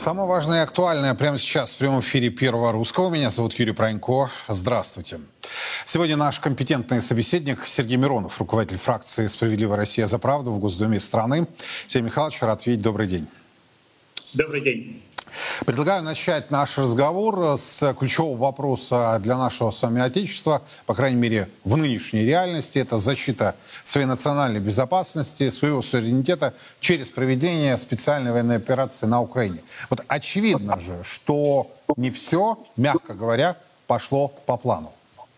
Самое важное и актуальное прямо сейчас в прямом эфире Первого Русского. Меня зовут Юрий Пронько. Здравствуйте. Сегодня наш компетентный собеседник Сергей Миронов, руководитель фракции «Справедливая Россия за правду» в Госдуме страны. Сергей Михайлович, рад видеть. Добрый день. Добрый день. Предлагаю начать наш разговор с ключевого вопроса для нашего с вами Отечества, по крайней мере, в нынешней реальности. Это защита своей национальной безопасности, своего суверенитета через проведение специальной военной операции на Украине. Вот очевидно же, что не все, мягко говоря, пошло по плану.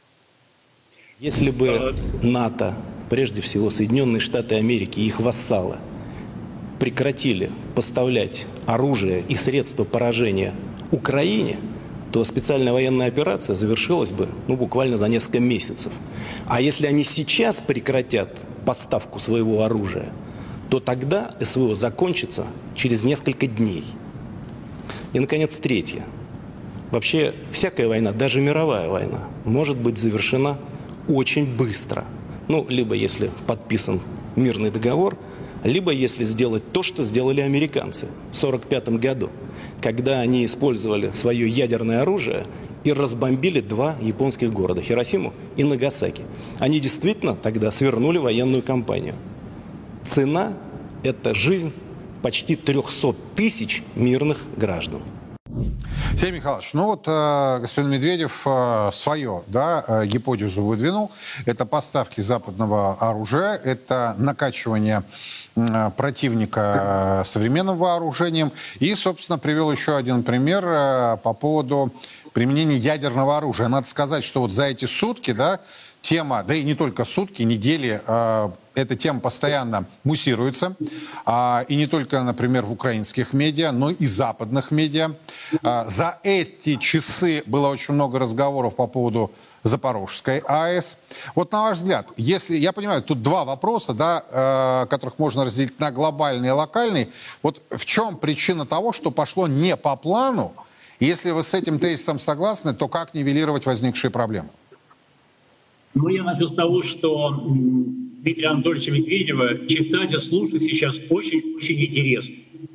Если бы НАТО, прежде всего Соединенные Штаты Америки и их вассалы, прекратили поставлять оружие и средства поражения Украине, то специальная военная операция завершилась бы буквально за несколько месяцев. А если они сейчас прекратят поставку своего оружия, то тогда СВО закончится через несколько дней. И, наконец, третье. Вообще, всякая война, даже мировая война, может быть завершена очень быстро. Либо если подписан мирный договор, либо если сделать то, что сделали американцы в 1945 году, когда они использовали свое ядерное оружие и разбомбили два японских города – Хиросиму и Нагасаки. Они действительно тогда свернули военную кампанию. Цена – это жизнь почти 300 тысяч мирных граждан. Сергей Михайлович, господин Медведев свою гипотезу выдвинул. Это поставки западного оружия, это накачивание противника современным вооружением. И, собственно, привел еще один пример по поводу применения ядерного оружия. Надо сказать, что вот за эти сутки, тема, да и не только сутки, недели, эта тема постоянно муссируется. И не только, например, в украинских медиа, но и западных медиа. За эти часы было очень много разговоров по поводу Запорожской АЭС. Вот на ваш взгляд, если, я понимаю, тут два вопроса, которых можно разделить на глобальный и локальный. Вот в чем причина того, что пошло не по плану? И если вы с этим тезисом согласны, то как нивелировать возникшие проблемы? Я начну с того, что Дмитрия Анатольевича Медведева читать и слушать сейчас очень-очень интересно.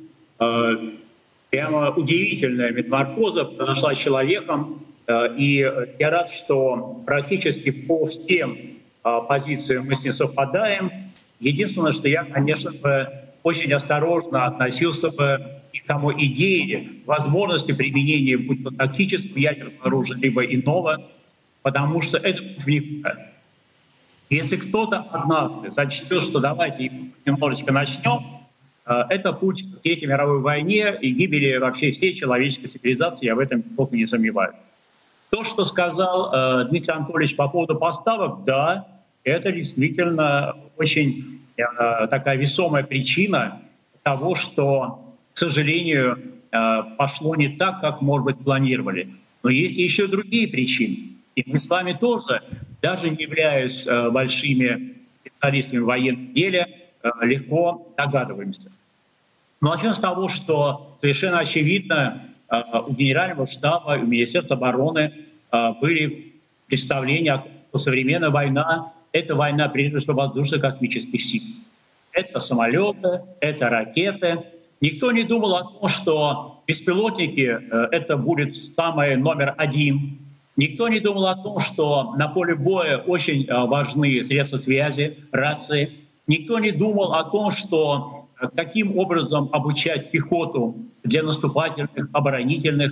Прямо удивительная метаморфоза произошла с человеком. И я рад, что практически по всем позициям мы с ним совпадаем. Единственное, что я, конечно бы, очень осторожно относился бы к самой идее возможности применения будь то тактического ядерного оружия, либо иного, потому что это неправильно. Если кто-то однажды зачтет, что давайте немножечко начнем, это путь к Третьей мировой войне и гибели вообще всей человеческой цивилизации, я в этом глубоко не сомневаюсь. То, что сказал Дмитрий Анатольевич по поводу поставок, да, это действительно очень такая весомая причина того, что, к сожалению, пошло не так, как, может быть, планировали. Но есть еще другие причины. И мы с вами тоже, даже не являясь большими специалистами в военном деле, легко догадываемся. Но начнем с того, что совершенно очевидно, у Генерального штаба, у Министерства обороны были представления о том, что современная война — это война прежде всего воздушно-космических сил. Это самолеты, это ракеты. Никто не думал о том, что беспилотники — это будет самое номер один. Никто не думал о том, что на поле боя очень важны средства связи, рации. Никто не думал о том, что каким образом обучать пехоту для наступательных, оборонительных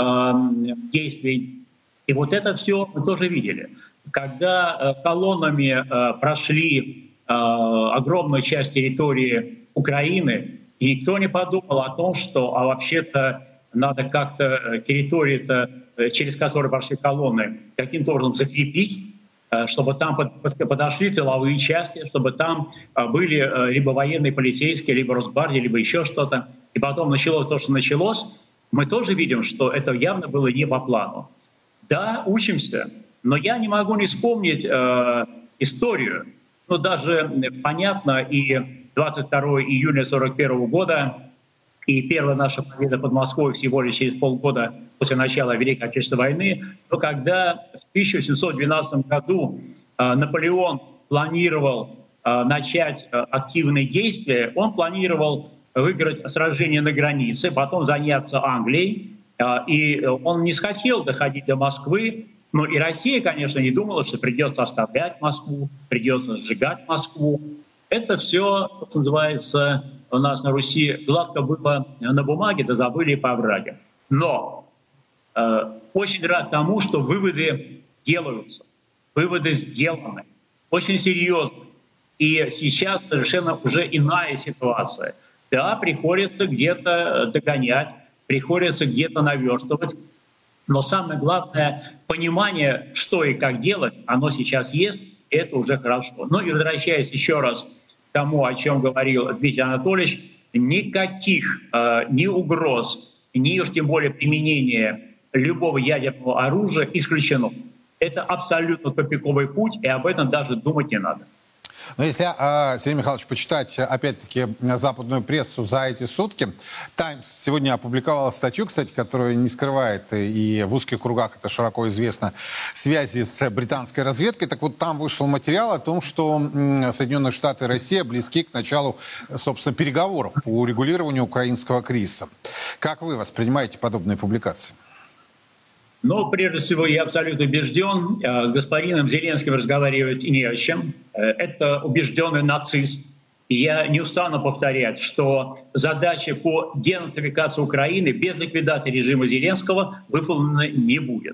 действий. И вот это все мы тоже видели. Когда колоннами прошли огромную часть территории Украины, и никто не подумал о том, что вообще-то надо как-то территорию, через которую прошли колонны, каким-то образом закрепить, чтобы там подошли тыловые части, чтобы там были либо военные, полицейские, либо Росгвардия, либо еще что-то. И потом началось то, что началось. Мы тоже видим, что это явно было не по плану. Да, учимся, но я не могу не вспомнить историю. Даже понятно, и 22 июня 1941 года, и первая наша победа под Москвой всего лишь через полгода после начала Великой Отечественной войны, но когда в 1712 году Наполеон планировал начать активные действия, он планировал выиграть сражение на границе, потом заняться Англией. И он не хотел доходить до Москвы. Но и Россия, конечно, не думала, что придется оставлять Москву, придется сжигать Москву. Это все, что называется, у нас на Руси гладко было на бумаге, да забыли по оврагам. Но очень рад тому, что выводы делаются, выводы сделаны, очень серьезно. И сейчас совершенно уже иная ситуация. Да, приходится где-то догонять, приходится где-то наверстывать, но самое главное, понимание, что и как делать, оно сейчас есть, и это уже хорошо. Ну и возвращаясь еще раз к тому, о чем говорил Дмитрий Анатольевич, никаких ни угроз, ни уж тем более применения любого ядерного оружия исключено. Это абсолютно тупиковый путь, и об этом даже думать не надо. Но если, Сергей Михайлович, почитать, опять-таки, западную прессу за эти сутки, «Таймс» сегодня опубликовала статью, кстати, которая не скрывает, и в узких кругах это широко известно, связи с британской разведкой. Так вот, там вышел материал о том, что Соединенные Штаты и Россия близки к началу, собственно, переговоров по урегулированию украинского кризиса. Как вы воспринимаете подобные публикации? Но, прежде всего, я абсолютно убежден, с господином Зеленским разговаривать не о чем. Это убежденный нацист. И я не устану повторять, что задача по денацификации Украины без ликвидации режима Зеленского выполнена не будет.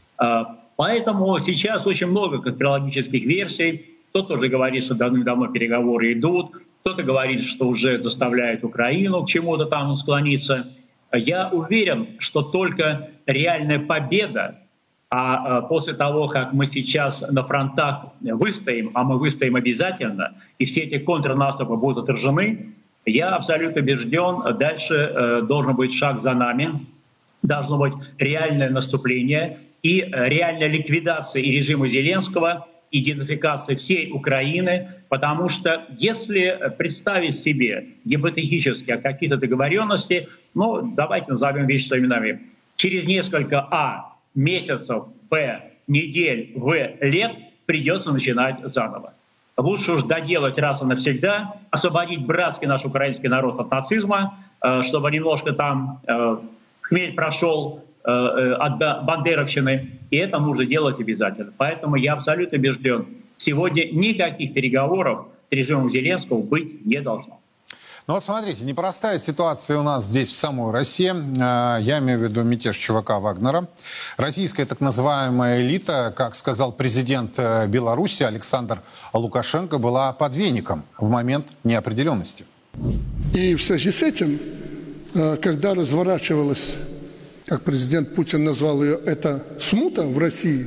Поэтому сейчас очень много конспирологических версий. Кто-то уже говорит, что давным-давно переговоры идут, кто-то говорит, что уже заставляет Украину к чему-то там склониться. Я уверен, что только реальная победа, а после того, как мы сейчас на фронтах выстоим, а мы выстоим обязательно, и все эти контрнаступы будут отражены, я абсолютно убежден, дальше должен быть шаг за нами, должно быть реальное наступление и реальная ликвидация и режима Зеленского, идентификация всей Украины, потому что если представить себе гипотетически какие-то договоренности, ну, давайте назовем вещи своими именами, через несколько месяцев, недель, лет придется начинать заново. Лучше уж доделать раз и навсегда, освободить братский наш украинский народ от нацизма, чтобы немножко там хмель прошел от бандеровщины, и это нужно делать обязательно. Поэтому я абсолютно убежден, сегодня никаких переговоров с режимом Зеленского быть не должно. Ну вот смотрите, непростая ситуация у нас здесь, в самой России. Я имею в виду мятеж ЧВК Вагнера. Российская так называемая элита, как сказал президент Беларуси Александр Лукашенко, была под веником в момент неопределенности. И в связи с этим, когда разворачивалась, как президент Путин назвал ее, это смута в России,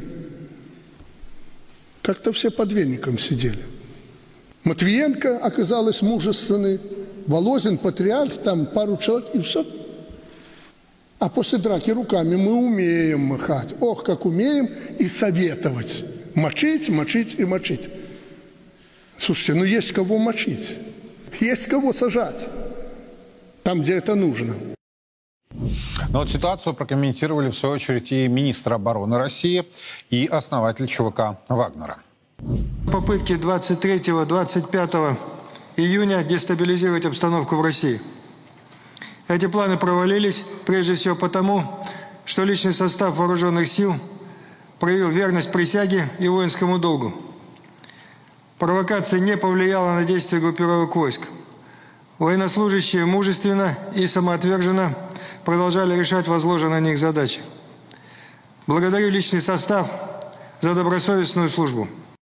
как-то все под веником сидели. Матвиенко оказалась мужественной, Володин, патриарх, там пару человек, и все. А после драки руками мы умеем махать. Ох, как умеем и советовать. Мочить, мочить и мочить. Слушайте, ну есть кого мочить. Есть кого сажать. Там, где это нужно. Но вот ситуацию прокомментировали, в свою очередь, и министр обороны России, и основатель ЧВК Вагнера. Попытки 23-25 июня дестабилизировать обстановку в России. Эти планы провалились прежде всего потому, что личный состав вооруженных сил проявил верность присяге и воинскому долгу. Провокация не повлияла на действия группировок войск. Военнослужащие мужественно и самоотверженно продолжали решать возложенные на них задачи. Благодарю личный состав за добросовестную службу.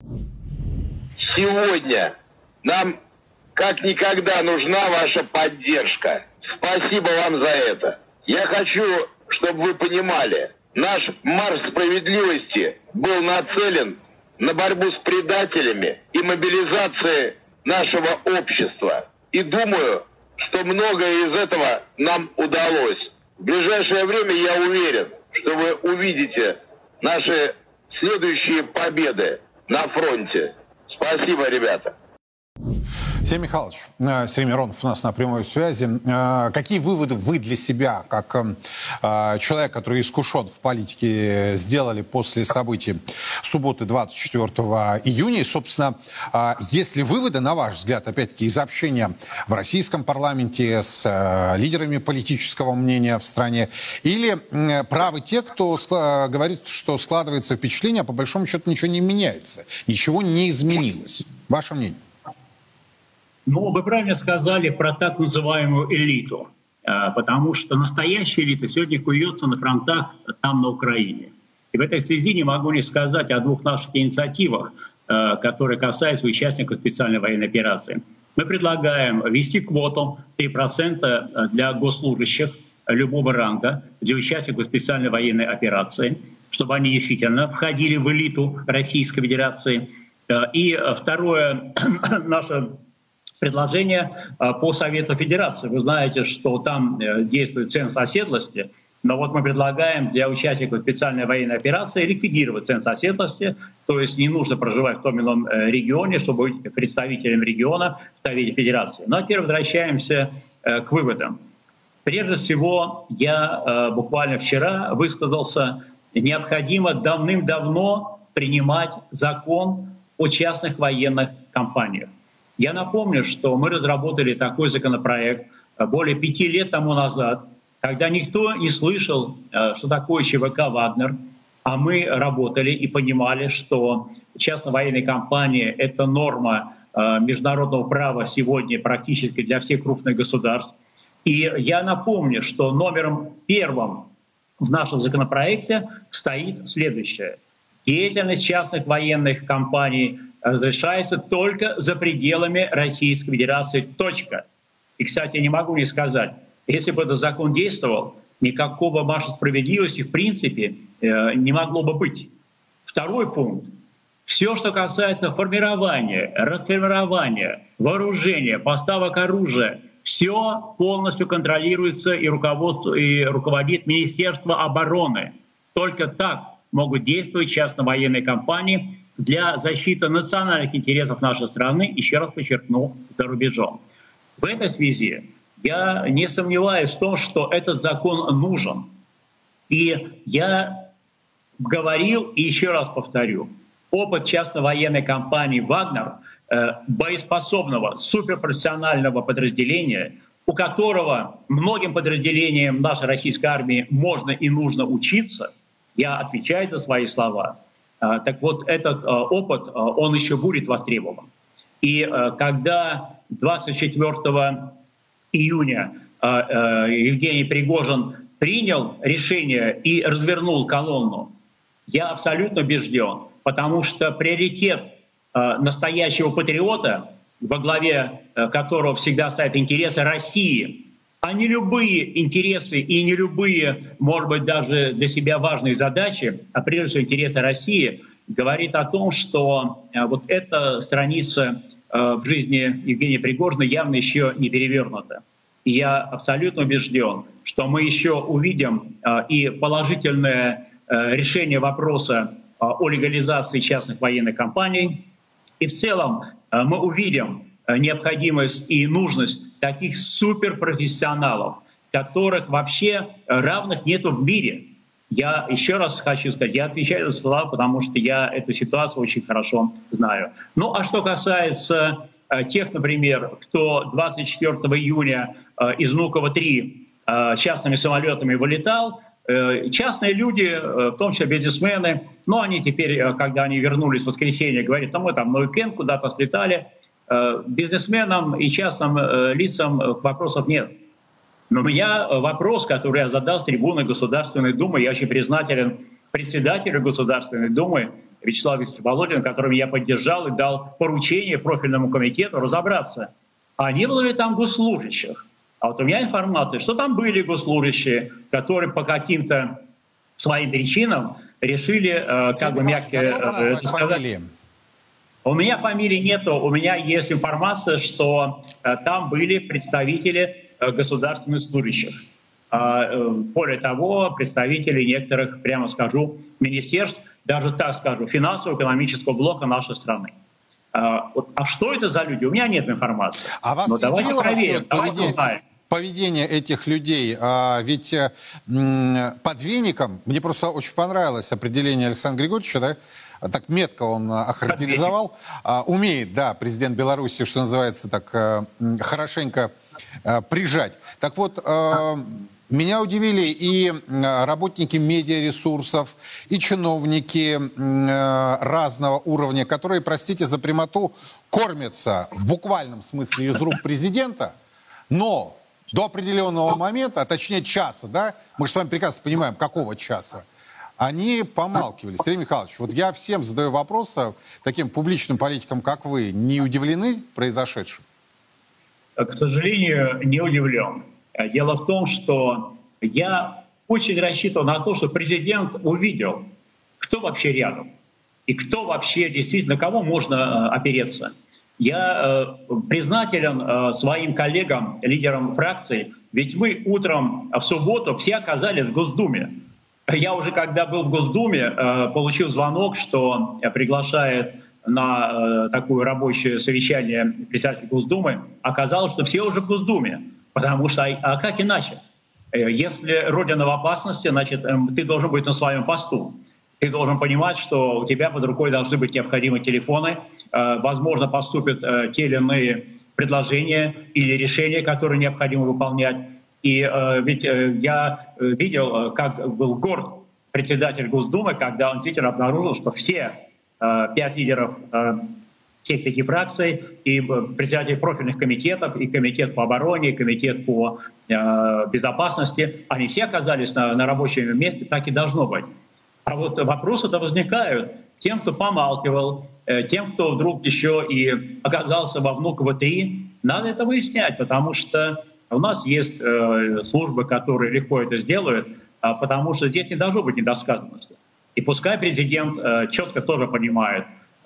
Сегодня нам как никогда нужна ваша поддержка. Спасибо вам за это. Я хочу, чтобы вы понимали, наш марш справедливости был нацелен на борьбу с предателями и мобилизации нашего общества. И думаю, что многое из этого нам удалось. В ближайшее время я уверен, что вы увидите наши следующие победы на фронте. Спасибо, ребята. Сергей Михайлович, Сергей Миронов у нас на прямой связи. Какие выводы вы для себя, как человек, который искушен в политике, сделали после событий субботы 24 июня? И, собственно, есть ли выводы, на ваш взгляд, опять-таки, из общения в российском парламенте с лидерами политического мнения в стране? Или правы те, кто говорит, что складывается впечатление, а по большому счету ничего не меняется, ничего не изменилось? Ваше мнение? Ну, вы правильно сказали про так называемую элиту, потому что настоящая элита сегодня куется на фронтах там, на Украине. И в этой связи не могу не сказать о двух наших инициативах, которые касаются участников специальной военной операции. Мы предлагаем ввести квоту 3% для госслужащих любого ранга, для участников специальной военной операции, чтобы они действительно входили в элиту Российской Федерации. И второе, наше предложение по Совету Федерации. Вы знаете, что там действует ценз оседлости, но вот мы предлагаем для участников специальной военной операции ликвидировать ценз оседлости, то есть не нужно проживать в том или ином регионе, чтобы быть представителем региона в Совете Федерации. Но теперь возвращаемся к выводам. Прежде всего, я буквально вчера высказался, необходимо давным-давно принимать закон о частных военных компаниях. Я напомню, что мы разработали такой законопроект более 5 лет тому назад, когда никто не слышал, что такое ЧВК «Вагнер», а мы работали и понимали, что частно-военные компании — это норма международного права сегодня практически для всех крупных государств. И я напомню, что номером первым в нашем законопроекте стоит следующее. Деятельность частных военных компаний разрешается только за пределами Российской Федерации. Точка. И, кстати, не могу не сказать, если бы этот закон действовал, никакого марша справедливости в принципе не могло бы быть. Второй пункт. Все, что касается формирования, расформирования, вооружения, поставок оружия, все полностью контролируется и руководит Министерство обороны. Только так могут действовать частно-военные компании для защиты национальных интересов нашей страны, еще раз подчеркну, за рубежом. В этой связи я не сомневаюсь в том, что этот закон нужен. И я говорил и еще раз повторю, опыт частно-военной компании «Вагнер», боеспособного, суперпрофессионального подразделения, у которого многим подразделениям нашей российской армии можно и нужно учиться, я отвечаю за свои слова. Так вот, этот опыт, он еще будет востребован. И когда 24 июня Евгений Пригожин принял решение и развернул колонну, я абсолютно убежден, потому что приоритет настоящего патриота, во главе которого всегда стоят интересы России, а не любые интересы и не любые, может быть, даже для себя важные задачи, а прежде всего интересы России, говорит о том, что вот эта страница в жизни Евгения Пригожина явно еще не перевернута. И я абсолютно убежден, что мы еще увидим и положительное решение вопроса о легализации частных военных компаний. И в целом мы увидим необходимость и нужность таких суперпрофессионалов, которых вообще равных нету в мире. Я еще раз хочу сказать, я отвечаю за слова, потому что я эту ситуацию очень хорошо знаю. Ну а что касается тех, например, кто 24 июня из Внуково-3 частными самолетами вылетал, частные люди, в том числе бизнесмены, но они теперь, когда они вернулись в воскресенье, говорят, мы там на уикенд куда-то слетали. Бизнесменам и частным лицам вопросов нет. Но у меня вопрос, который я задал с трибуны Государственной Думы, я очень признателен председателю Государственной Думы Вячеславу Викторовичу Володину, которым я поддержал и дал поручение профильному комитету разобраться, а не было ли там госслужащих. А вот у меня информация, что там были госслужащие, которые по каким-то своим причинам решили, как бы мягко сказать... У меня фамилии нету, у меня есть информация, что там были представители государственных служащих. Более того, представители некоторых, прямо скажу, министерств, даже так скажу, финансово-экономического блока нашей страны. А что это за люди? У меня нет информации. А вас Но не давайте удивило проверим, давайте узнаем. поведение этих людей? Ведь под веником, мне просто очень понравилось определение Александра Григорьевича, да? Так метко он охарактеризовал. Умеет, да, президент Беларуси, что называется, так хорошенько прижать. Так вот, меня удивили и работники медиаресурсов, и чиновники разного уровня, которые, простите за прямоту, кормятся в буквальном смысле из рук президента, но до определенного момента, а точнее часа, да, мы же с вами прекрасно понимаем, какого часа, они помалкивали. Сергей Михайлович, вот я всем задаю вопрос, таким публичным политикам, как вы, не удивлены произошедшим? К сожалению, не удивлен. Дело в том, что я очень рассчитывал на то, что президент увидел, кто вообще рядом и кто вообще действительно, кого можно опереться. Я признателен своим коллегам, лидерам фракций, ведь мы утром в субботу все оказались в Госдуме. Я уже, когда был в Госдуме, получил звонок, что приглашает на такое рабочее совещание председатель Госдумы. Оказалось, что все уже в Госдуме. Потому что, а как иначе? Если Родина в опасности, значит, ты должен быть на своем посту. Ты должен понимать, что у тебя под рукой должны быть необходимые телефоны. Возможно, поступят те или иные предложения или решения, которые необходимо выполнять. И ведь я видел, как был горд председатель Госдумы, когда он действительно обнаружил, что все 5 лидеров всех 5 фракций, и председатели профильных комитетов, и комитет по обороне, и комитет по безопасности, они все оказались на рабочем месте, так и должно быть. А вот вопросы-то возникают тем, кто помалкивал, тем, кто вдруг еще и оказался во Внуково-3. Надо это выяснять, потому что у нас есть службы, которые легко это сделают, потому что здесь не должно быть недосказанности. И пускай президент четко тоже понимает,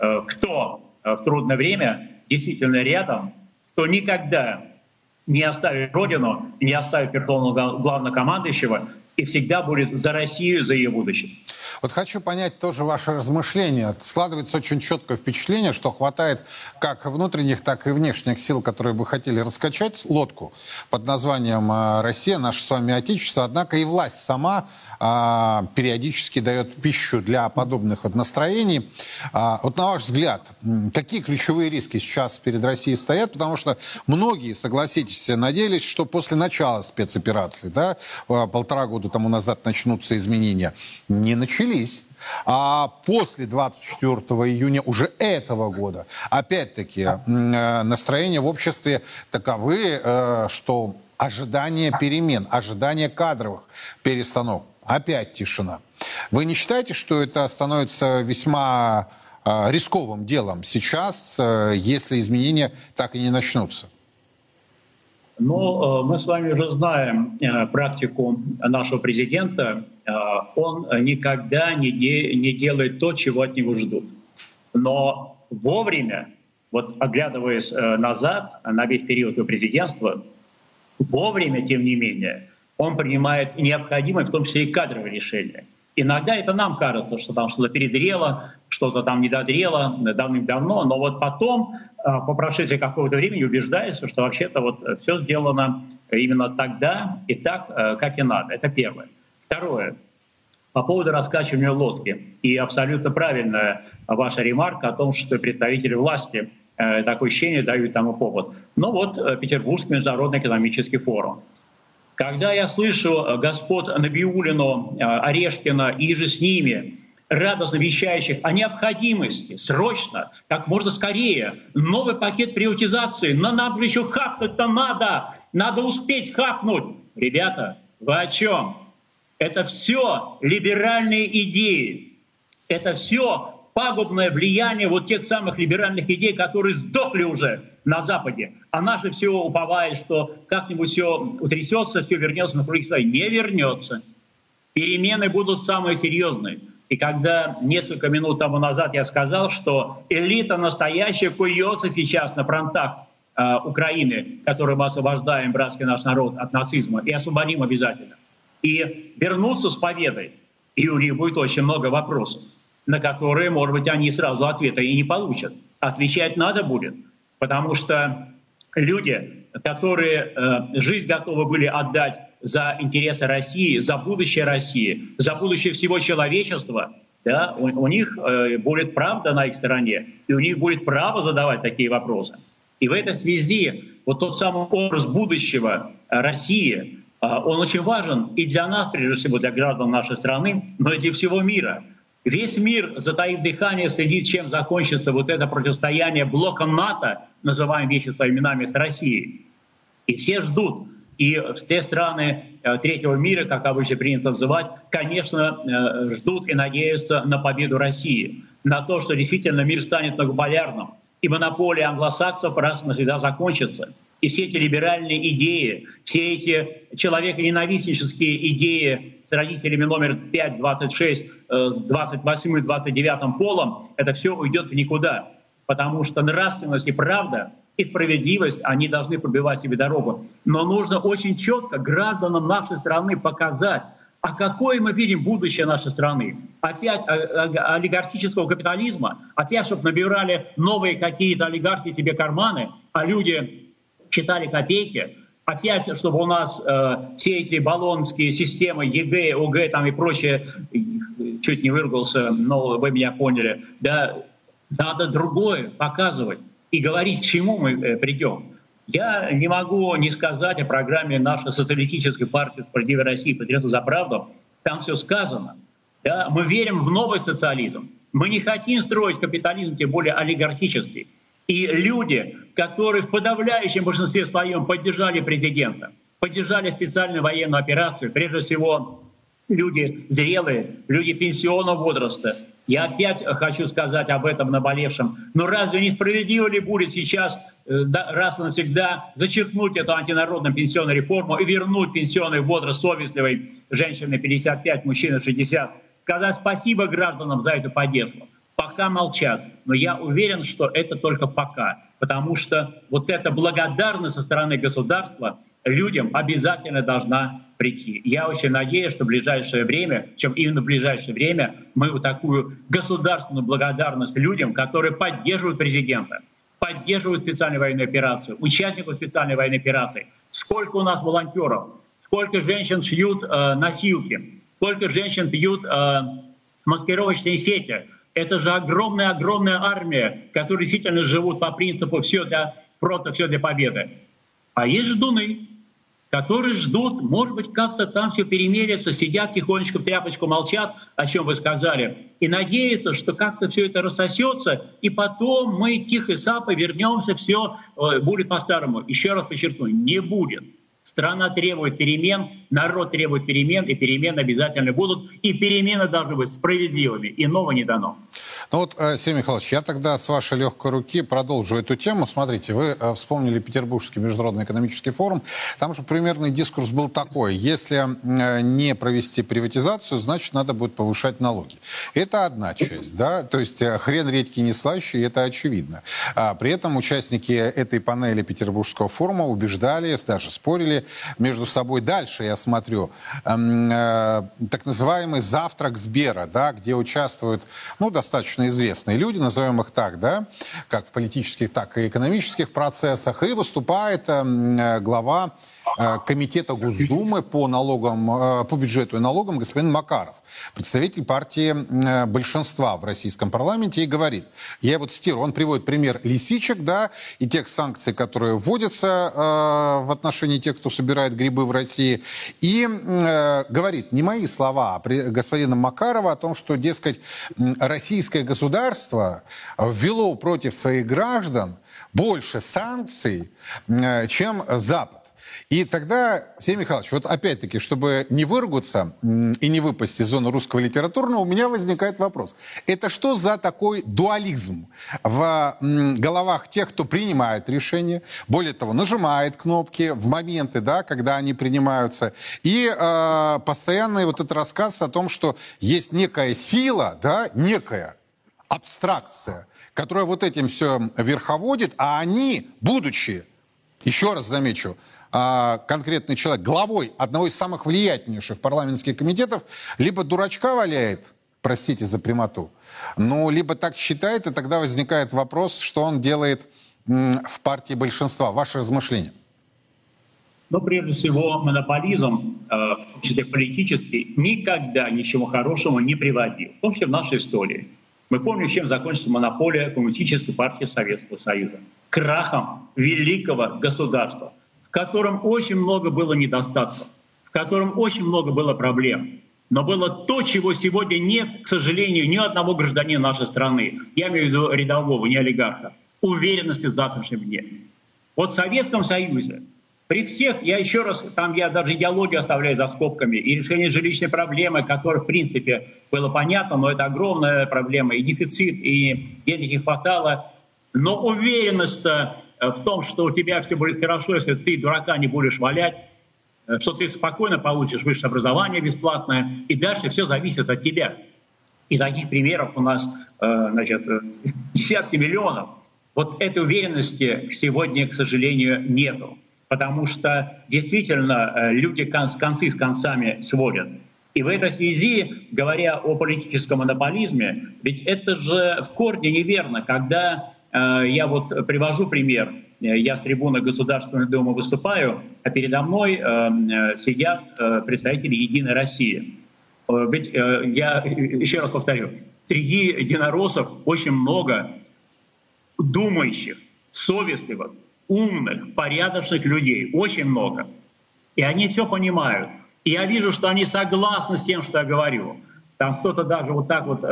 кто в трудное время действительно рядом, кто никогда не оставит Родину, не оставит верховного главнокомандующего и всегда будет за Россию, за ее будущее. Вот хочу понять тоже ваше размышление. Складывается очень четкое впечатление, что хватает как внутренних, так и внешних сил, которые бы хотели раскачать лодку под названием «Россия», наше с вами Отечество. Однако и власть сама периодически дает пищу для подобных вот настроений. Вот на ваш взгляд, какие ключевые риски сейчас перед Россией стоят? Потому что многие, согласитесь, надеялись, что после начала спецоперации, да, 1,5 года тому назад начнутся изменения. Не начались. А после 24 июня уже этого года, опять-таки, настроения в обществе таковы, что ожидание перемен, ожидание кадровых перестановок. Опять тишина. Вы не считаете, что это становится весьма рисковым делом сейчас, если изменения так и не начнутся? Ну, мы с вами уже знаем практику нашего президента. Он никогда не делает то, чего от него ждут. Но вовремя, вот оглядываясь назад на весь период его президентства, вовремя, тем не менее, он принимает необходимые, в том числе и кадровые решения. Иногда это нам кажется, что там что-то перезрело, что-то там недозрело давным-давно, но вот потом, по прошествии какого-то времени, убеждается, что вообще-то вот все сделано именно тогда и так, как и надо. Это первое. Второе. По поводу раскачивания лодки. И абсолютно правильная ваша ремарка о том, что представители власти такое ощущение дают тому повод. Ну вот Петербургский международный экономический форум. Когда я слышу господ Набиуллину, Орешкина и же с ними, радостно вещающих о необходимости срочно, как можно скорее, новый пакет приватизации, но нам же еще хапнуть-то надо успеть хапнуть. Ребята, вы о чем? Это все либеральные идеи, это все пагубное влияние вот тех самых либеральных идей, которые сдохли уже на Западе. А наши все уповают, что как-нибудь все утрясется, все вернется на круги своя. Не вернется. Перемены будут самые серьезные. И когда несколько минут тому назад я сказал, что элита настоящая куется сейчас на фронтах Украины, которую мы освобождаем, братский наш народ, от нацизма, и освободим обязательно. И вернуться с победой. И у них будет очень много вопросов, на которые, может быть, они сразу ответа и не получат. отвечать надо будет, потому что люди, которые жизнь готовы были отдать за интересы России, за будущее России, за будущее всего человечества, да, у них будет правда на их стороне, и у них будет право задавать такие вопросы. И в этой связи вот тот самый образ будущего России, он очень важен и для нас, прежде всего, для граждан нашей страны, но и для всего мира. Весь мир, затаив дыхание, следит, чем закончится вот это противостояние блока НАТО, называем вещи своими именами, с Россией. И все ждут. И все страны третьего мира, как обычно принято называть, конечно, ждут и надеются на победу России, на то, что действительно мир станет многополярным, и монополия англосаксов раз и навсегда закончится. И все эти либеральные идеи, все эти человеконенавистнические идеи с родителями номер 5, 26, с 28 и 29 полом, это все уйдет в никуда. Потому что нравственность и правда, и справедливость, они должны пробивать себе дорогу. Но нужно очень четко гражданам нашей страны показать, а какое мы видим будущее нашей страны. Опять олигархического капитализма, опять, чтобы набирали новые какие-то олигархи себе карманы, а люди считали копейки, опять, чтобы у нас все эти баллонские системы ЕГЭ, ОГЭ там и прочее, чуть не выругался, но вы меня поняли, да, надо другое показывать и говорить, к чему мы придем. Я не могу не сказать о программе нашей социалистической партии «Справедливая Россия» «Патриоты за правду». Там все сказано. Да? Мы верим в новый социализм. Мы не хотим строить капитализм, тем более олигархический. И люди, которые в подавляющем большинстве своем поддержали президента, поддержали специальную военную операцию, прежде всего люди зрелые, люди пенсионного возраста. Я опять хочу сказать об этом наболевшем. Но разве несправедливо ли будет сейчас раз и навсегда зачеркнуть эту антинародную пенсионную реформу и вернуть пенсионный возраст совестливой женщины 55, мужчины 60? Сказать спасибо гражданам за эту поддержку. Пока молчат. Но я уверен, что это только пока. Потому что вот эта благодарность со стороны государства людям обязательно должна прийти. Я очень надеюсь, что в ближайшее время, именно в ближайшее время, мы вот такую государственную благодарность людям, которые поддерживают президента, поддерживают специальную военную операцию, участников специальной военной операции. Сколько у нас волонтеров, сколько женщин шьют носилки, сколько женщин пьют маскировочные сети. Это же огромная-огромная армия, которые действительно живут по принципу «все для фронта, все для победы». А есть ждуны, которые ждут, может быть, как-то там все перемерится, сидят тихонечко в тряпочку, молчат, о чем вы сказали, и надеются, что как-то все это рассосется, и потом мы тихо сапой вернемся, все будет по-старому. Еще раз подчеркну, не будет. Страна требует перемен, народ требует перемен, и перемены обязательно будут, и перемены должны быть справедливыми, иного не дано. Ну вот, Сергей Михайлович, я тогда с вашей легкой руки продолжу эту тему. Смотрите, вы вспомнили Петербургский международный экономический форум. Там же примерный дискурс был такой: если не провести приватизацию, значит, надо будет повышать налоги. Это одна часть, да, то есть хрен редьки не слаще, это очевидно. При этом участники этой панели Петербургского форума убеждали, даже спорили между собой. Дальше я смотрю так называемый завтрак Сбера, да, где участвуют, ну, достаточно известные люди, назовем их так, да, как в политических, так и экономических процессах, и выступает глава комитета Госдумы по налогам, по бюджету и налогам господин Макаров, представитель партии большинства в российском парламенте, и говорит, я вот цитирую, он приводит пример лисичек, да, и тех санкций, которые вводятся в отношении тех, кто собирает грибы в России, и говорит, не мои слова, а господина Макарова о том, что, дескать, российское государство ввело против своих граждан больше санкций, чем Запад. И тогда, Сергей Михайлович, вот опять-таки, чтобы не выругаться и не выпасть из зоны русского литературного, у меня возникает вопрос. Это что за такой дуализм в головах тех, кто принимает решения, более того, нажимает кнопки в моменты, да, когда они принимаются, и постоянный вот этот рассказ о том, что есть некая сила, да, некая абстракция, которая вот этим все верховодит, а они, будучи, еще раз замечу, конкретный человек, главой одного из самых влиятельнейших парламентских комитетов, либо дурачка валяет, простите за прямоту. Ну, либо так считает, и тогда возникает вопрос, что он делает в партии большинства. Ваши размышления? Но прежде всего монополизм, в том числе политический, никогда ничего хорошего не приводил, в том числе в нашей истории. Мы помним, чем закончится монополия Коммунистической партии Советского Союза. Крахом великого государства, в котором очень много было недостатков, в котором очень много было проблем. Но было то, чего сегодня нет, к сожалению, ни одного гражданина нашей страны, я имею в виду рядового, не олигарха, уверенности в завтрашнем дне. Вот в Советском Союзе при всех, я еще раз, там я даже идеологию оставляю за скобками, и решение жилищной проблемы, которая, в принципе, было понятно, но это огромная проблема, и дефицит, и денег не хватало. Но уверенность в том, что у тебя все будет хорошо, если ты дурака не будешь валять, что ты спокойно получишь высшее образование бесплатное, и дальше все зависит от тебя. И таких примеров у нас, десятки миллионов. Вот этой уверенности сегодня, к сожалению, нету. Потому что действительно люди концы с концами сводят. И в этой связи, говоря о политическом монополизме, ведь это же в корне неверно. Когда я вот привожу пример, я с трибуны Государственной Думы выступаю, а передо мной сидят представители «Единой России». Ведь я еще раз повторю, среди единороссов очень много думающих, совестливых, умных, порядочных людей, очень много. И они все понимают. И я вижу, что они согласны с тем, что я говорю. Там кто-то даже вот так вот,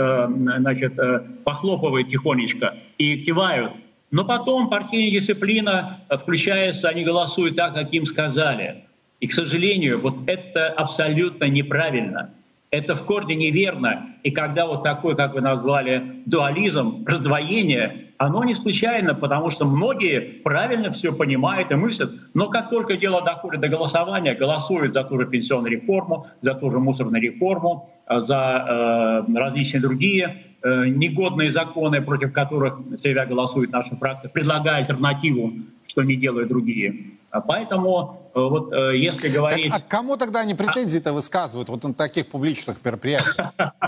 похлопывает тихонечко и кивают. Но потом партийная дисциплина включается, они голосуют так, как им сказали. И, к сожалению, вот это абсолютно неправильно. Это в корне неверно. И когда вот такой, как вы назвали, дуализм, раздвоение, оно не случайно, потому что многие правильно все понимают и мыслят, но как только дело доходит до голосования, голосуют за ту же пенсионную реформу, за ту же мусорную реформу, за различные другие негодные законы, против которых всегда голосует наша фракция, предлагая альтернативу, что не делают другие. Поэтому вот если говорить... Так, а кому тогда они претензии-то высказывают вот на таких публичных мероприятиях?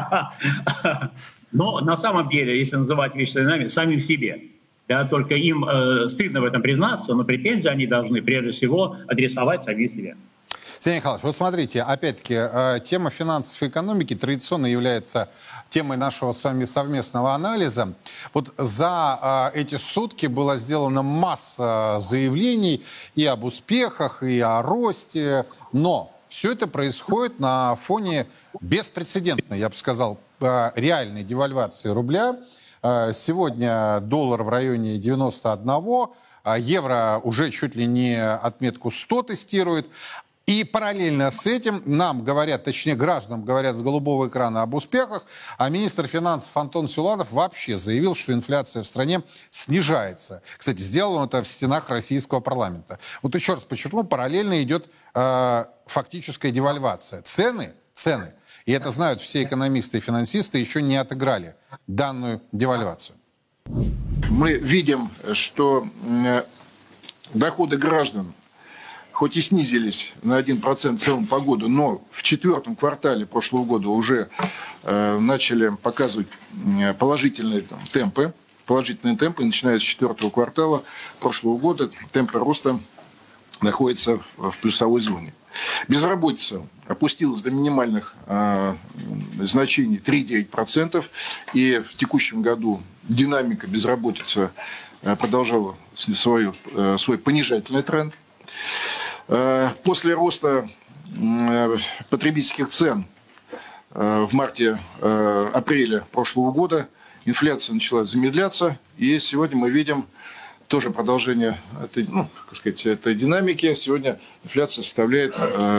Но на самом деле, если называть вещи именами, самим себе. Да, только им стыдно в этом признаться, но претензии они должны прежде всего адресовать самим себе. Сергей Михайлович, вот смотрите, опять-таки, тема финансов и экономики традиционно является темой нашего с вами совместного анализа. Вот за эти сутки была сделана масса заявлений и об успехах, и о росте, но все это происходит на фоне беспрецедентной, я бы сказал, реальной девальвации рубля. Сегодня доллар в районе 91, евро уже чуть ли не отметку 100 тестирует. И параллельно с этим нам говорят, точнее гражданам говорят с голубого экрана об успехах, а министр финансов Антон Силуанов вообще заявил, что инфляция в стране снижается. Кстати, сделал он это в стенах российского парламента. Вот еще раз подчеркну, параллельно идет фактическая девальвация. Цены, и это знают все экономисты и финансисты, еще не отыграли данную девальвацию. Мы видим, что доходы граждан хоть и снизились на 1% в целом по году, но в четвертом квартале прошлого года уже начали показывать положительные темпы, начиная с четвертого квартала прошлого года, темпы роста находятся в плюсовой зоне. Безработица опустилась до минимальных значений 3,9%, и в текущем году динамика безработицы продолжала свой понижательный тренд. После роста потребительских цен в марте-апреле прошлого года инфляция начала замедляться, и сегодня мы видим тоже продолжение этой динамики. Сегодня инфляция составляет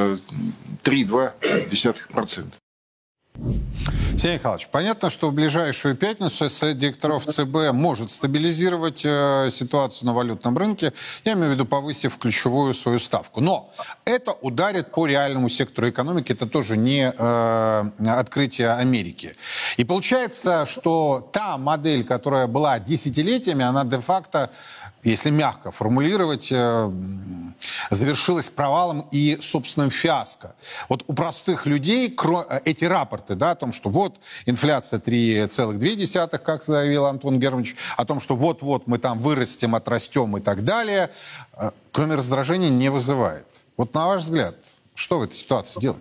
3,2%. Сергей Михайлович, понятно, что в ближайшую пятницу Совет директоров ЦБ может стабилизировать ситуацию на валютном рынке, я имею в виду повысив ключевую свою ставку. Но это ударит по реальному сектору экономики, это тоже не открытие Америки. И получается, что та модель, которая была десятилетиями, она де-факто, если мягко формулировать, завершилась провалом и собственным фиаско. Вот у простых людей эти рапорты, да, о том, что вот вот инфляция 3,2, как заявил Антон Германович, о том, что вот-вот мы там вырастем, отрастем и так далее, кроме раздражения не вызывает. Вот на ваш взгляд, что в этой ситуации делать?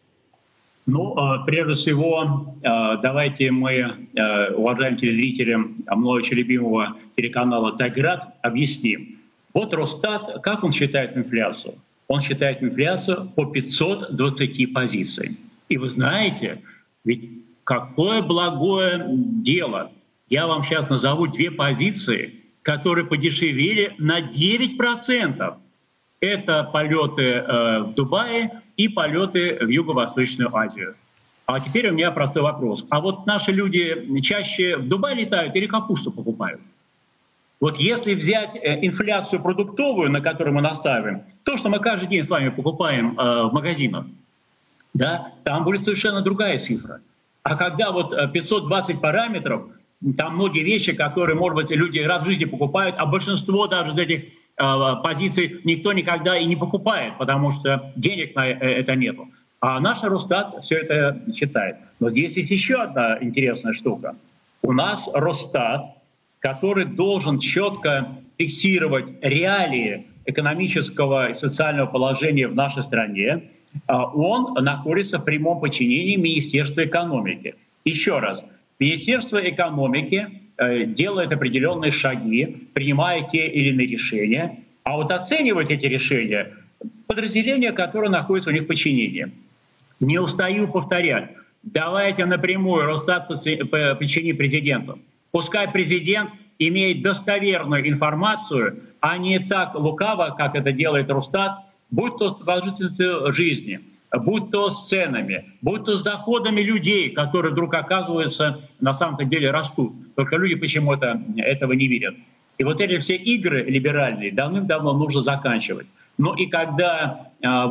Ну, прежде всего, давайте мы, уважаемым телезрителям мной очень любимого телеканала «Тайград», объясним. Вот Росстат, как он считает инфляцию? Он считает инфляцию по 520 позициям. И вы знаете, ведь какое благое дело. Я вам сейчас назову две позиции, которые подешевели на 9%. Это полеты в Дубае и полеты в Юго-Восточную Азию. А теперь у меня простой вопрос. А вот наши люди чаще в Дубай летают или капусту покупают? Вот если взять инфляцию продуктовую, на которую мы настаиваем, то, что мы каждый день с вами покупаем в магазинах, да, там будет совершенно другая цифра. А когда вот 520 параметров, там многие вещи, которые, может быть, люди раз в жизни покупают, а большинство даже из этих позиций никто никогда и не покупает, потому что денег на это нету. А наш Росстат все это считает. Но здесь есть еще одна интересная штука. У нас Росстат, который должен четко фиксировать реалии экономического и социального положения в нашей стране, он находится в прямом подчинении Министерства экономики. Еще раз, Министерство экономики делает определенные шаги, принимая те или иные решения, а вот оценивать эти решения подразделения, которые находятся у них в подчинении. Не устаю повторять, давайте напрямую Росстат подчинить президенту. Пускай президент имеет достоверную информацию, а не так лукаво, как это делает Росстат, будь то с продолжительностью жизни, будь то с ценами, будь то с доходами людей, которые вдруг оказываются, на самом деле растут. Только люди почему-то этого не видят. И вот эти все игры либеральные давным-давно нужно заканчивать. Ну и когда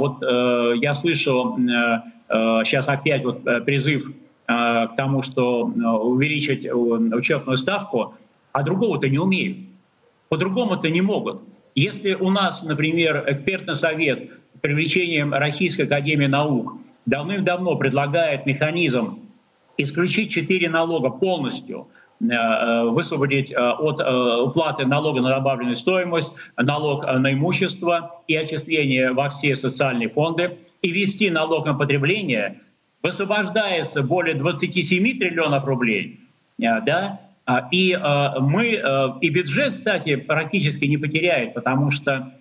я слышал сейчас опять призыв к тому, что увеличить учетную ставку, а другого-то не умеют. По-другому-то не могут. Если у нас, например, экспертный совет с привлечением Российской академии наук давным-давно предлагает механизм исключить 4 налога полностью, высвободить от уплаты налога на добавленную стоимость, налог на имущество и отчисление во все социальные фонды, и ввести налог на потребление, высвобождается более 27 триллионов рублей, да, и бюджет, кстати, практически не потеряет, потому что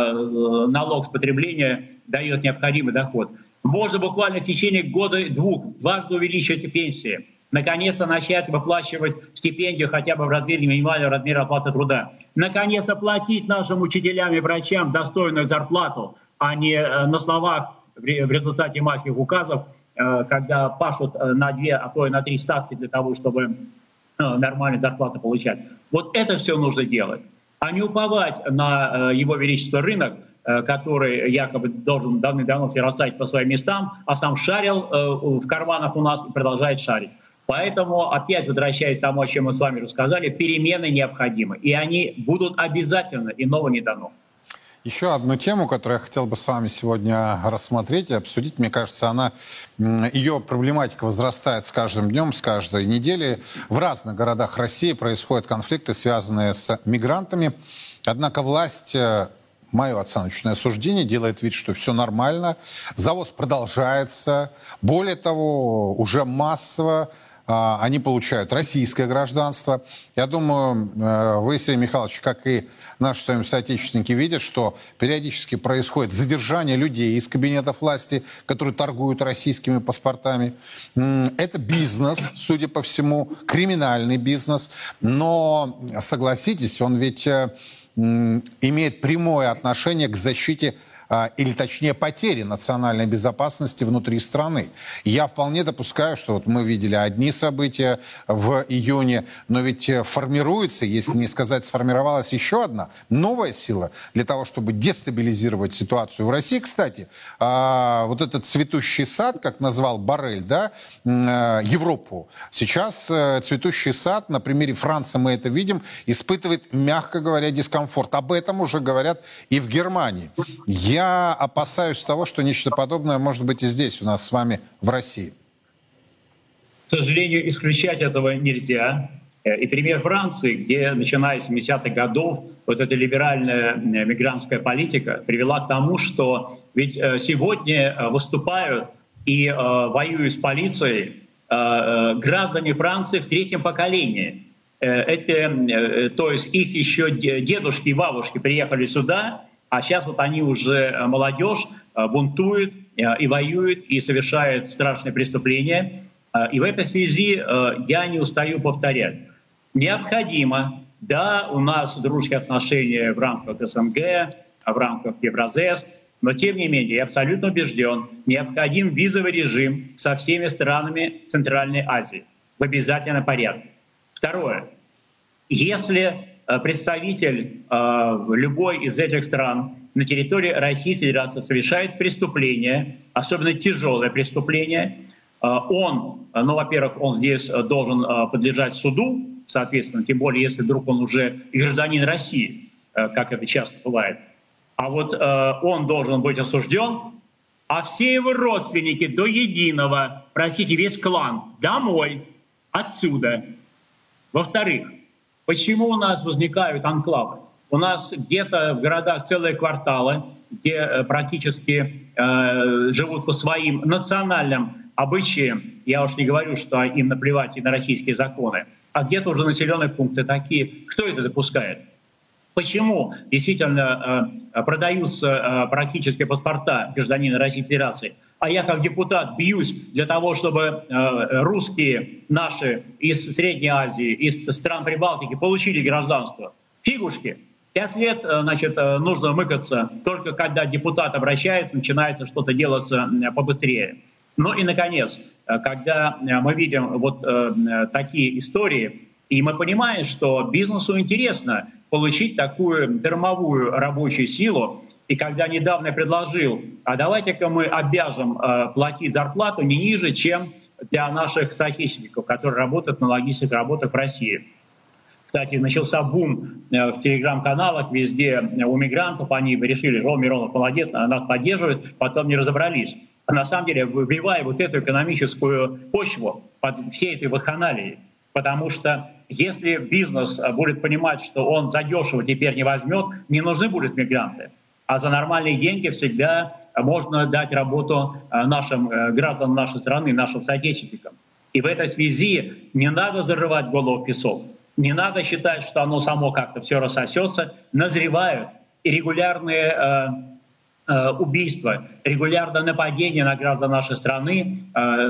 налог с потребления дает необходимый доход. Можно буквально в течение года-двух дважды увеличить пенсии, наконец-то начать выплачивать стипендию хотя бы в размере минимального размера оплаты труда, наконец-то платить нашим учителям и врачам достойную зарплату, а не на словах в результате майских указов, когда пашут на 2, а то и на 3 ставки для того, чтобы нормальную зарплату получать. Вот это все нужно делать, а не уповать на его величество рынок, который якобы должен давным-давно все расставить по своим местам, а сам шарил в карманах у нас и продолжает шарить. Поэтому, опять возвращаясь к тому, о чем мы с вами рассказали, перемены необходимы, и они будут обязательно, иного не дано. Еще одну тему, которую я хотел бы с вами сегодня рассмотреть и обсудить, мне кажется, ее проблематика возрастает с каждым днем, с каждой недели. В разных городах России происходят конфликты, связанные с мигрантами. Однако власть, мое оценочное суждение, делает вид, что все нормально. Завоз продолжается. Более того, уже массово они получают российское гражданство. Я думаю, вы, Сергей Михайлович, как и наши с вами соотечественники, видят, что периодически происходит задержание людей из кабинетов власти, которые торгуют российскими паспортами. Это бизнес, судя по всему, криминальный бизнес. Но, согласитесь, он ведь имеет прямое отношение к защите или точнее потери национальной безопасности внутри страны. Я вполне допускаю, что вот мы видели одни события в июне, но ведь формируется, если не сказать сформировалась еще одна новая сила для того, чтобы дестабилизировать ситуацию в России. Кстати, вот этот цветущий сад, как назвал Боррель, да, Европу, сейчас цветущий сад, на примере Франции мы это видим, испытывает, мягко говоря, дискомфорт. Об этом уже говорят и в Германии. Я опасаюсь того, что нечто подобное может быть и здесь у нас с вами в России. К сожалению, исключать этого нельзя. И пример Франции, где, начиная с 70-х годов, вот эта либеральная мигрантская политика привела к тому, что ведь сегодня выступают и воюют с полицией граждане Франции в третьем поколении. Это, то есть их еще дедушки и бабушки приехали сюда, а сейчас вот они уже молодежь, бунтуют и воюют, и совершают страшные преступления. И в этой связи я не устаю повторять. Необходимо, да, у нас дружеские отношения в рамках СНГ, в рамках Евразес, но тем не менее, я абсолютно убежден, необходим визовый режим со всеми странами Центральной Азии в обязательном порядке. Второе. Если представитель любой из этих стран на территории Российской Федерации совершает преступление, особенно тяжелое преступление, он, ну, во-первых, он здесь должен подлежать суду, соответственно, тем более, если вдруг он уже гражданин России, как это часто бывает. А вот он должен быть осужден, а все его родственники до единого, простите, весь клан, домой, отсюда. Во-вторых, почему у нас возникают анклавы? У нас где-то в городах целые кварталы, где практически живут по своим национальным обычаям. Я уж не говорю, что им наплевать и на российские законы. А где-то уже населенные пункты такие. Кто это допускает? Почему действительно продаются практически паспорта гражданина Российской Федерации? А я как депутат бьюсь для того, чтобы русские наши из Средней Азии, из стран Прибалтики получили гражданство. Фигушки. 5 лет, значит, нужно мыкаться. Только когда депутат обращается, начинается что-то делаться побыстрее. Ну и, наконец, когда мы видим вот такие истории, и мы понимаем, что бизнесу интересно получить такую дармовую рабочую силу, и когда недавно я предложил, а давайте-ка мы обяжем платить зарплату не ниже, чем для наших соотечественников, которые работают на логистических работах в России. Кстати, начался бум в телеграм-каналах, везде у мигрантов, они решили, Рома Миронов молодец, нас поддерживает, потом не разобрались. А на самом деле, выбивая вот эту экономическую почву под всей этой вакханалией, потому что если бизнес будет понимать, что он задешево теперь не возьмет, не нужны будут мигранты. А за нормальные деньги всегда можно дать работу нашим гражданам нашей страны, нашим соотечественникам. И в этой связи не надо зарывать голову в песок. Не надо считать, что оно само как-то все рассосется. Назревают и регулярные убийства, регулярное нападение на граждан нашей страны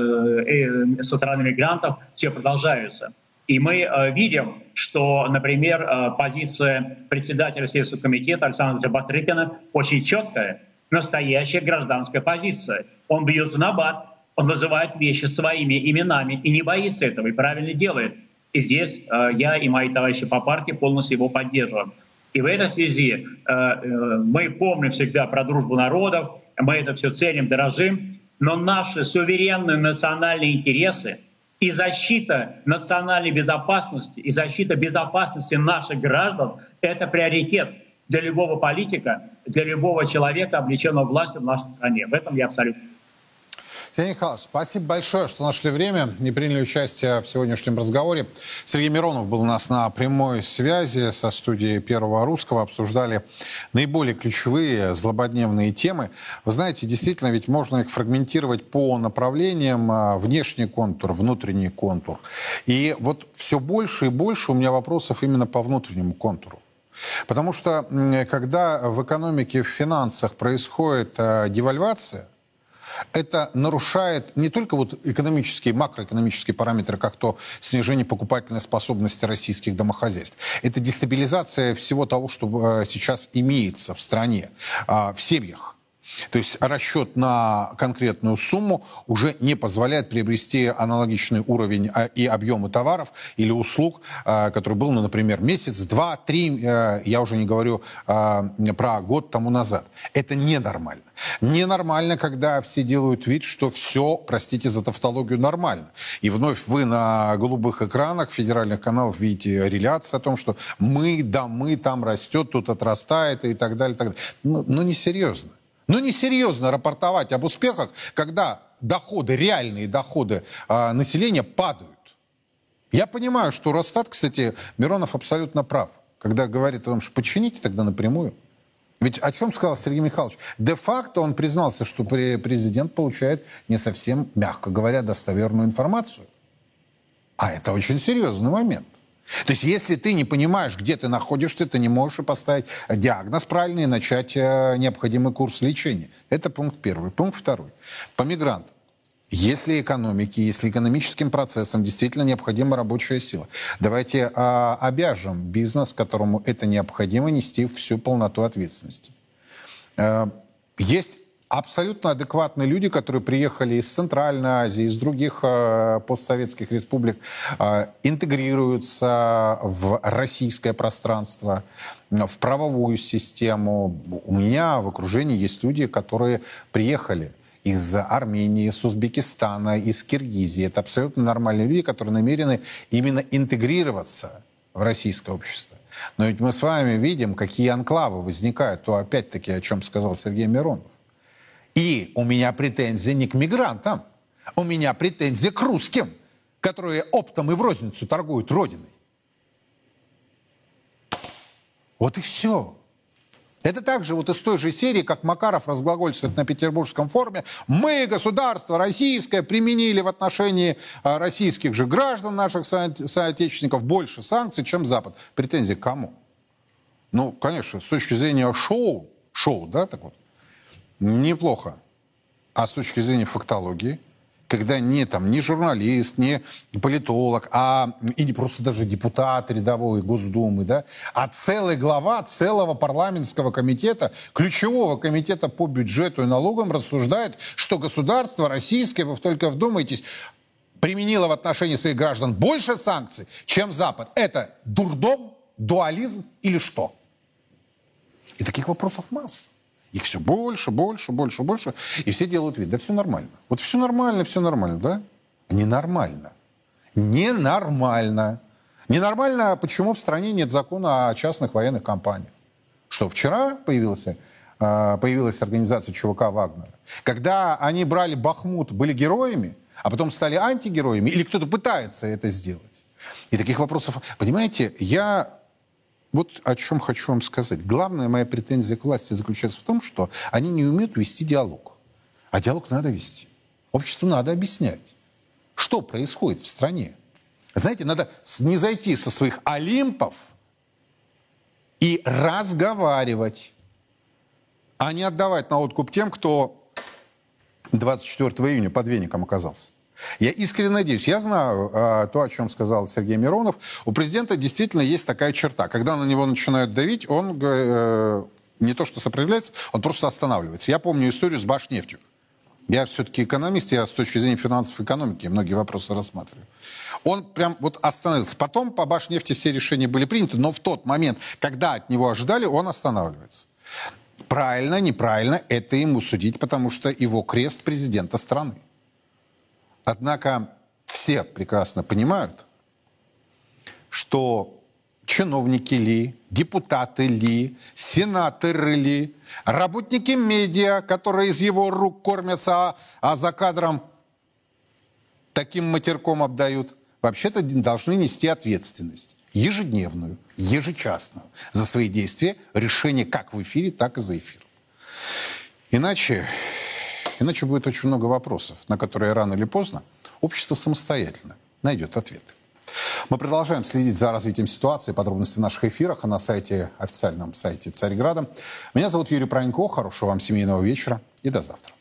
со стороны мигрантов все продолжаются. И мы видим, что, например, позиция председателя Следственного комитета Александра Батрыкина очень четкая, настоящая гражданская позиция. Он бьет в набат, он называет вещи своими именами и не боится этого, и правильно делает. И здесь я и мои товарищи по партии полностью его поддерживаем. И в этой связи мы помним всегда про дружбу народов, мы это все ценим, дорожим, но наши суверенные национальные интересы и защита национальной безопасности, и защита безопасности наших граждан — это приоритет для любого политика, для любого человека, облеченного властью в нашей стране. В этом я абсолютно. Сергей Михайлович, спасибо большое, что нашли время и приняли участие в сегодняшнем разговоре. Сергей Миронов был у нас на прямой связи со студией Первого Русского. Обсуждали наиболее ключевые злободневные темы. Вы знаете, действительно, ведь можно их фрагментировать по направлениям: внешний контур, внутренний контур. И вот все больше и больше у меня вопросов именно по внутреннему контуру. Потому что когда в экономике, в финансах происходит девальвация, это нарушает не только вот экономические, макроэкономические параметры, как то снижение покупательной способности российских домохозяйств. Это дестабилизация всего того, что сейчас имеется в стране, в семьях. То есть расчет на конкретную сумму уже не позволяет приобрести аналогичный уровень и объемы товаров или услуг, который был, ну, например, месяц, 2, 3, я уже не говорю про год тому назад. Это ненормально. Ненормально, когда все делают вид, что все, простите за тавтологию, нормально. И вновь вы на голубых экранах федеральных каналов видите реляции о том, что мы там растет, тут отрастает и так далее, и так далее. Ну, несерьезно. Ну, несерьезно рапортовать об успехах, когда доходы, реальные доходы населения падают. Я понимаю, что Росстат, кстати, Миронов абсолютно прав, когда говорит о том, что почините тогда напрямую. Ведь о чем сказал Сергей Михайлович? Де-факто он признался, что президент получает не совсем, мягко говоря, достоверную информацию. А это очень серьезный момент. То есть если ты не понимаешь, где ты находишься, ты не можешь и поставить диагноз правильный и начать необходимый курс лечения. Это пункт первый. Пункт второй. По мигрантам. Если экономике, если экономическим процессам действительно необходима рабочая сила, давайте обяжем бизнес, которому это необходимо, нести всю полноту ответственности. Есть абсолютно адекватные люди, которые приехали из Центральной Азии, из других постсоветских республик, интегрируются в российское пространство, в правовую систему. У меня в окружении есть люди, которые приехали из Армении, из Узбекистана, из Киргизии. Это абсолютно нормальные люди, которые намерены именно интегрироваться в российское общество. Но ведь мы с вами видим, какие анклавы возникают, то опять-таки, о чем сказал Сергей Миронов. И у меня претензии не к мигрантам, у меня претензии к русским, которые оптом и в розницу торгуют родиной. Вот и все. Это также вот из той же серии, как Макаров разглагольствует на Петербургском форуме. Мы, государство российское, применили в отношении российских же граждан, наших соотечественников, больше санкций, чем Запад. Претензии к кому? Ну, конечно, с точки зрения шоу, да, так вот, неплохо. А с точки зрения фактологии, когда ни журналист, ни политолог, и не просто даже депутат рядовой Госдумы, да, а целый глава целого парламентского комитета, ключевого комитета по бюджету и налогам рассуждает, что государство российское, вы только вдумайтесь, применило в отношении своих граждан больше санкций, чем Запад. Это дурдом, дуализм или что? И таких вопросов масса. Их все больше. И все делают вид, да все нормально. Вот все нормально, да? Ненормально. Ненормально, почему в стране нет закона о частных военных компаниях. Что вчера появилась организация ЧВК «Вагнера». Когда они брали Бахмут, были героями, а потом стали антигероями, или кто-то пытается это сделать. И таких вопросов... Понимаете, вот о чем хочу вам сказать. Главная моя претензия к власти заключается в том, что они не умеют вести диалог. А диалог надо вести. Обществу надо объяснять, что происходит в стране. Знаете, надо не зайти со своих олимпов и разговаривать, а не отдавать на откуп тем, кто 24 июня под веником оказался. Я искренне надеюсь, я знаю то, о чем сказал Сергей Миронов. У президента действительно есть такая черта. Когда на него начинают давить, он не то что сопротивляется, он просто останавливается. Я помню историю с Башнефтью. Я все-таки экономист, я с точки зрения финансов и экономики многие вопросы рассматриваю. Он прям вот остановился. Потом по Башнефти все решения были приняты, но в тот момент, когда от него ожидали, он останавливается. Правильно, неправильно, это ему судить, потому что его крест президента страны. Однако все прекрасно понимают, что чиновники ли, депутаты ли, сенаторы ли, работники медиа, которые из его рук кормятся, а за кадром таким матерком обдают, вообще-то должны нести ответственность ежедневную, ежечасную за свои действия, решения как в эфире, так и за эфиром. Иначе будет очень много вопросов, на которые рано или поздно общество самостоятельно найдет ответы. Мы продолжаем следить за развитием ситуации, подробности в наших эфирах, на официальном сайте Царьграда. Меня зовут Юрий Пронько. Хорошего вам семейного вечера и до завтра.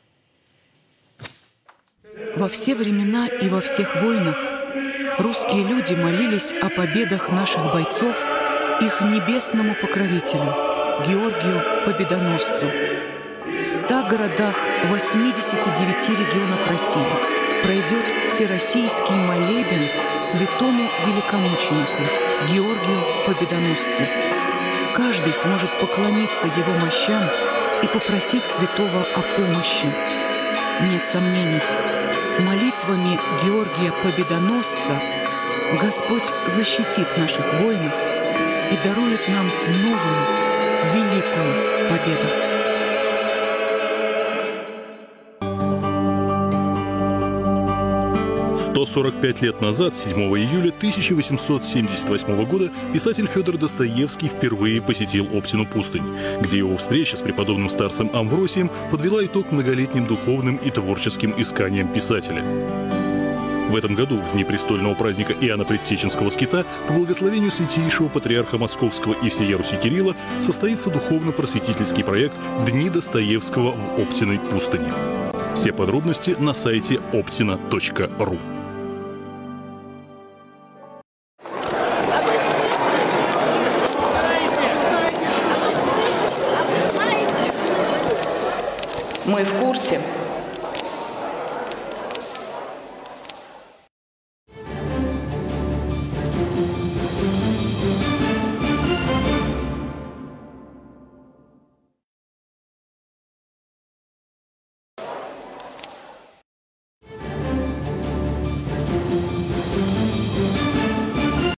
Во все времена и во всех войнах русские люди молились о победах наших бойцов их небесному покровителю, Георгию Победоносцу. В 100 городах 89 регионов России пройдет всероссийский молебен святому великомученику Георгию Победоносцу. Каждый сможет поклониться его мощам и попросить святого о помощи. Нет сомнений, молитвами Георгия Победоносца Господь защитит наших воинов и дарует нам новую, великую победу. 145 лет назад, 7 июля 1878 года, писатель Федор Достоевский впервые посетил Оптину пустынь, где его встреча с преподобным старцем Амвросием подвела итог многолетним духовным и творческим исканиям писателя. В этом году, в дни престольного праздника Иоанна Предтеченского скита, по благословению святейшего патриарха Московского и всея Руси Кирилла, состоится духовно-просветительский проект «Дни Достоевского в Оптиной пустыне». Все подробности на сайте optina.ru. Мы в курсе,